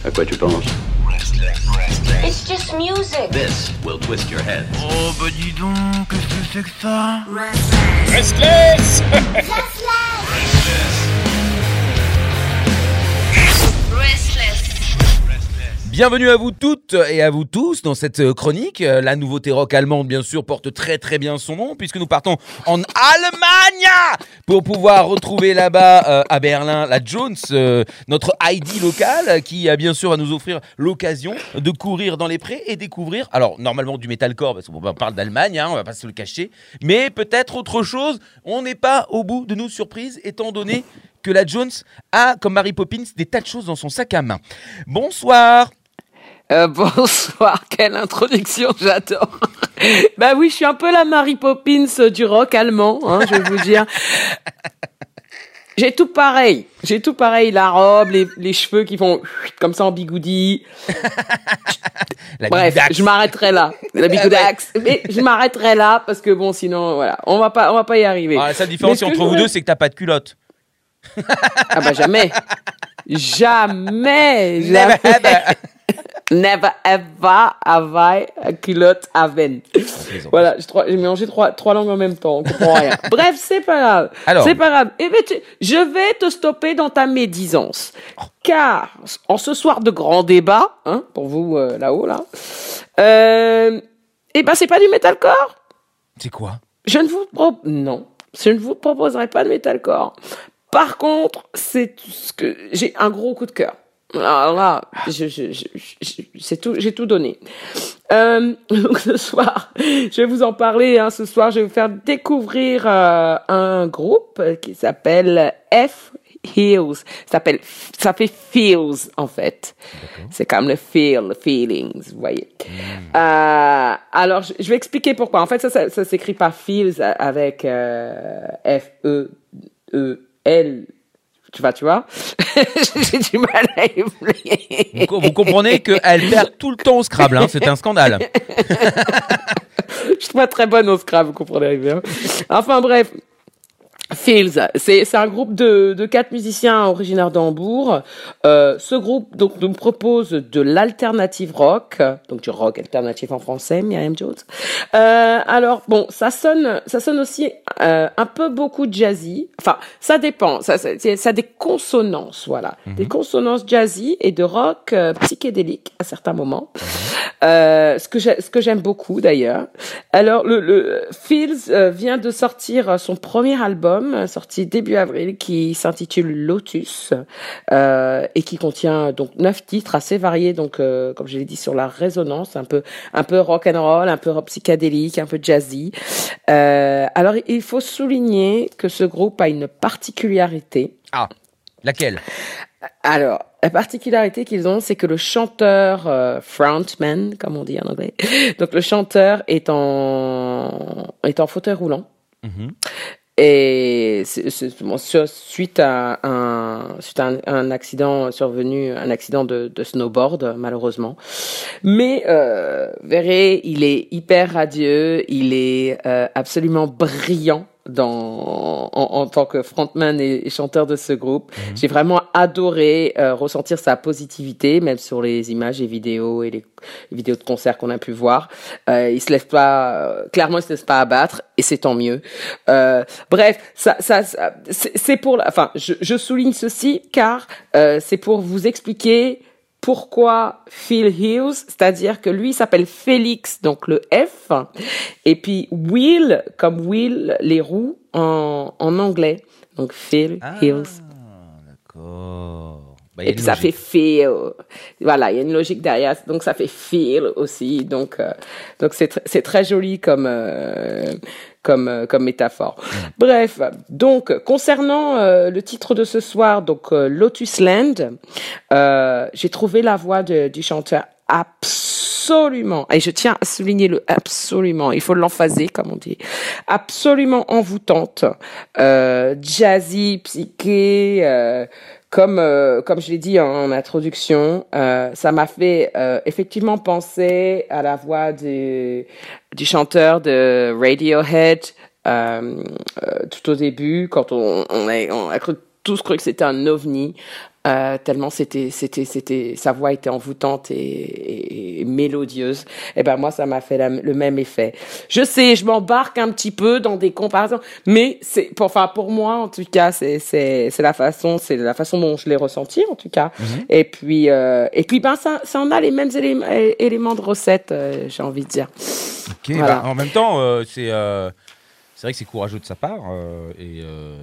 À quoi tu penses? It's just music. This will twist your head. Oh, bah dis donc, qu'est-ce que c'est que ça? Restless. Bienvenue à vous toutes et à vous tous dans cette chronique. La nouveauté rock allemande, bien sûr, porte très très bien son nom puisque nous partons en Allemagne pour pouvoir retrouver là-bas à Berlin la Jones, notre Heidi locale qui bien sûr va nous offrir l'occasion de courir dans les prés et découvrir, alors normalement du metalcore parce qu'on parle d'Allemagne, on va pas se le cacher, mais peut-être autre chose. On n'est pas au bout de nos surprises étant donné que la Jones a, comme Mary Poppins, des tas de choses dans son sac à main. Bonsoir. Bonsoir, quelle introduction, j'adore. Bah oui, je suis un peu la Mary Poppins du rock allemand, je vais vous dire. J'ai tout pareil, la robe, les cheveux qui font comme ça en bigoudi. Bref, je m'arrêterai là. La bigoudax. Mais je m'arrêterai là parce que bon, sinon, voilà, on va pas y arriver. La seule différence entre vous deux, c'est que t'as pas de culotte. Ah bah jamais. Never ever have I a culotte à veine. Voilà, j'ai mélangé trois langues en même temps, on comprend rien. Bref, c'est pas grave. Alors. C'est pas grave. Eh ben, je vais te stopper dans ta médisance. Car, en ce soir de grand débat, pour vous là-haut, là, eh ben, c'est pas du metalcore. C'est quoi? Je ne vous proposerai pas de metalcore. Par contre, c'est tout ce que j'ai un gros coup de cœur. Alors là, c'est tout, j'ai tout donné. Donc ce soir, je vais vous en parler. Ce soir, je vais vous faire découvrir un groupe qui s'appelle F-Heels. Ça fait feels en fait. D'accord. C'est comme le feelings, vous voyez. Alors, je vais expliquer pourquoi. En fait, ça s'écrit pas feels avec F-E-E-L. Tu vois j'ai du mal à évoluer. Vous comprenez qu'elle perd tout le temps au Scrabble, c'est un scandale. Je suis pas très bonne au Scrabble, vous comprenez bien. Enfin bref, Fields, c'est un groupe de 4 musiciens originaires d'Hambourg. Ce groupe donc nous propose de l'alternative rock, donc du rock alternatif en français, Myriam Jones. Alors bon, ça sonne aussi un peu beaucoup jazzy. Enfin, ça dépend. Ça a des consonances, voilà, des consonances jazzy et de rock psychédélique à certains moments. Ce que j'aime beaucoup d'ailleurs. Alors le Fields vient de sortir son premier album sorti début avril qui s'intitule Lotus et qui contient donc 9 titres assez variés, donc comme je l'ai dit, sur la résonance, un peu rock and roll, un peu rock psychédélique, un peu jazzy. Alors il faut souligner que ce groupe a une particularité. Ah, laquelle? Alors, la particularité qu'ils ont, c'est que le chanteur frontman, comme on dit en anglais, donc le chanteur est en fauteuil roulant. Et suite à un accident survenu, un accident de snowboard, malheureusement. Mais verrez, il est hyper radieux, il est absolument brillant en tant que frontman et chanteur de ce groupe. J'ai vraiment adoré ressentir sa positivité, même sur les images et vidéos et les vidéos de concerts qu'on a pu voir. Il se laisse pas, clairement, il se laisse pas abattre, et c'est tant mieux. Bref, ça c'est pour enfin, je souligne ceci car c'est pour vous expliquer pourquoi Phil Heels, c'est-à-dire que lui s'appelle Félix, donc le F, et puis Wheel, comme wheel, les roues en anglais. Donc Phil Heels. D'accord. Et puis ça fait feel. Voilà, il y a une logique derrière, donc ça fait feel aussi. Donc c'est très joli comme métaphore. Bref, donc concernant le titre de ce soir, donc Lotus Land, j'ai trouvé la voix du chanteur absolument, et je tiens à souligner le absolument, il faut l'emphaser comme on dit, absolument envoûtante, jazzy, psyché, comme je l'ai dit en introduction, ça m'a fait effectivement penser à la voix du chanteur de Radiohead tout au début, quand on a cru tous cru que c'était un ovni. Tellement sa voix était envoûtante et mélodieuse. Et ben moi, ça m'a fait le même effet. Je sais, je m'embarque un petit peu dans des comparaisons, mais pour moi, en tout cas, c'est la façon dont je l'ai ressenti, en tout cas. Mm-hmm. Et puis, ben ça en a les mêmes éléments de recette, j'ai envie de dire. Ok. Voilà. En même temps, c'est vrai que c'est courageux de sa part, et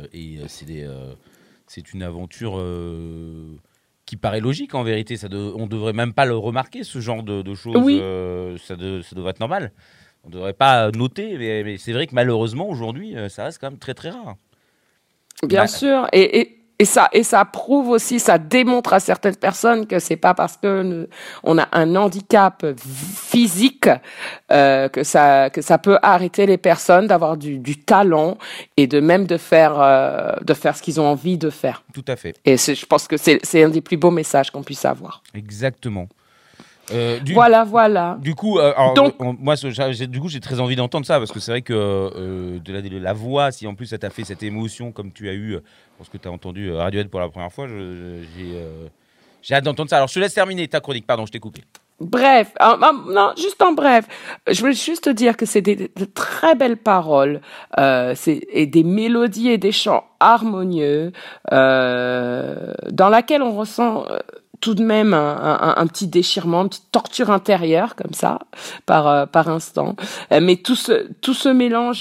c'est une aventure qui paraît logique en vérité. On ne devrait même pas le remarquer, ce genre de choses. Oui. Ça devrait être normal. On ne devrait pas noter, mais c'est vrai que malheureusement, aujourd'hui, ça reste quand même très très rare. Bien sûr. Et ça prouve aussi, ça démontre à certaines personnes que c'est pas parce que on a un handicap physique que ça peut arrêter les personnes d'avoir du talent et de faire ce qu'ils ont envie de faire. Tout à fait. Et je pense que c'est un des plus beaux messages qu'on puisse avoir. Exactement. Voilà. Du coup, moi, j'ai très envie d'entendre ça, parce que c'est vrai que de la voix, si en plus ça t'a fait cette émotion comme tu as eu lorsque tu as entendu Radiohead pour la première fois, j'ai hâte d'entendre ça. Alors, je te laisse terminer ta chronique. Pardon, je t'ai coupé. Bref, non, juste en bref, je veux juste te dire que c'est de très belles paroles, et des mélodies et des chants harmonieux, dans laquelle on ressent tout de même un petit déchirement, une petite torture intérieure comme ça par instant, mais tout ce mélange,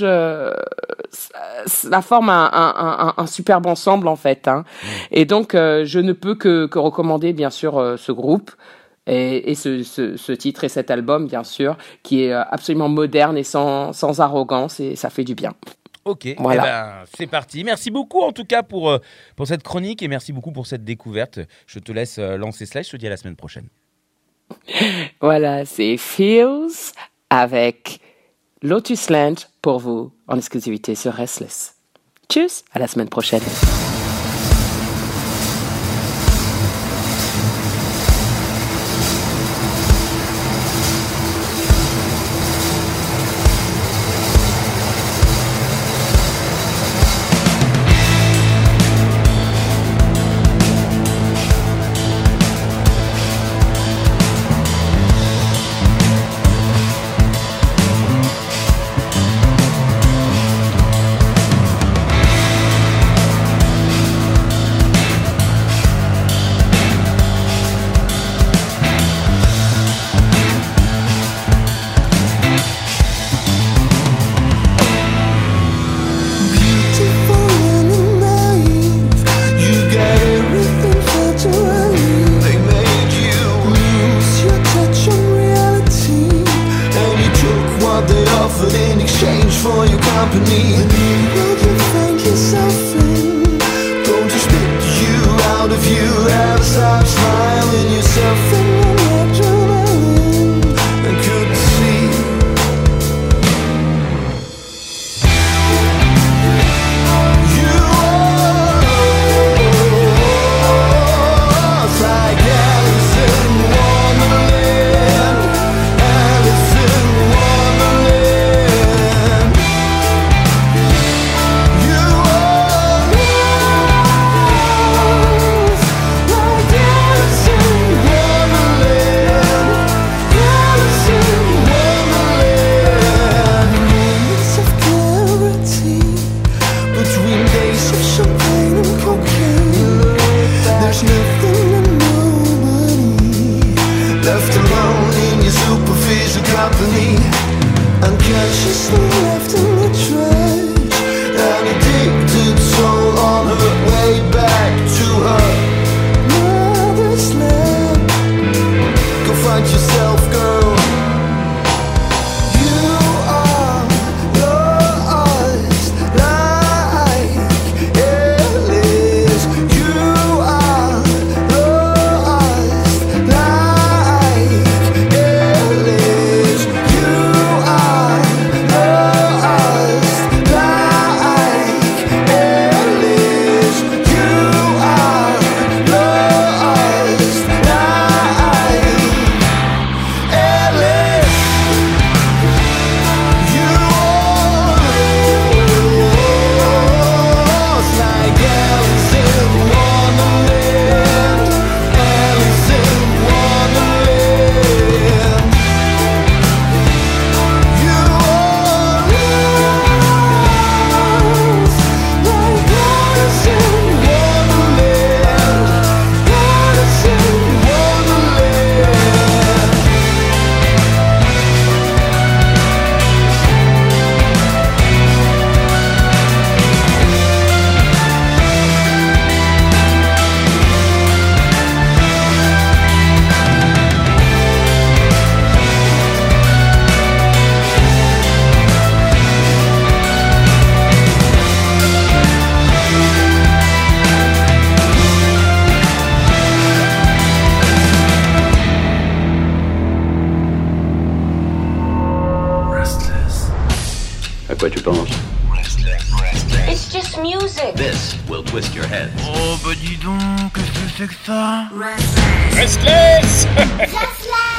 ça forme un superbe ensemble en fait, hein. Et donc je ne peux que recommander bien sûr ce groupe et ce titre et cet album bien sûr, qui est absolument moderne et sans arrogance, et ça fait du bien. Ok, voilà. Eh ben, c'est parti. Merci beaucoup en tout cas pour cette chronique, et merci beaucoup pour cette découverte. Je te laisse lancer Slash, je te dis à la semaine prochaine. Voilà, c'est Feels avec Lotus Land pour vous en exclusivité sur Restless. Tchuss, à la semaine prochaine. tu penses? It's just music. This will twist your head. Oh bah dis donc, qu'est-ce que c'est que ça? Restless. Restless.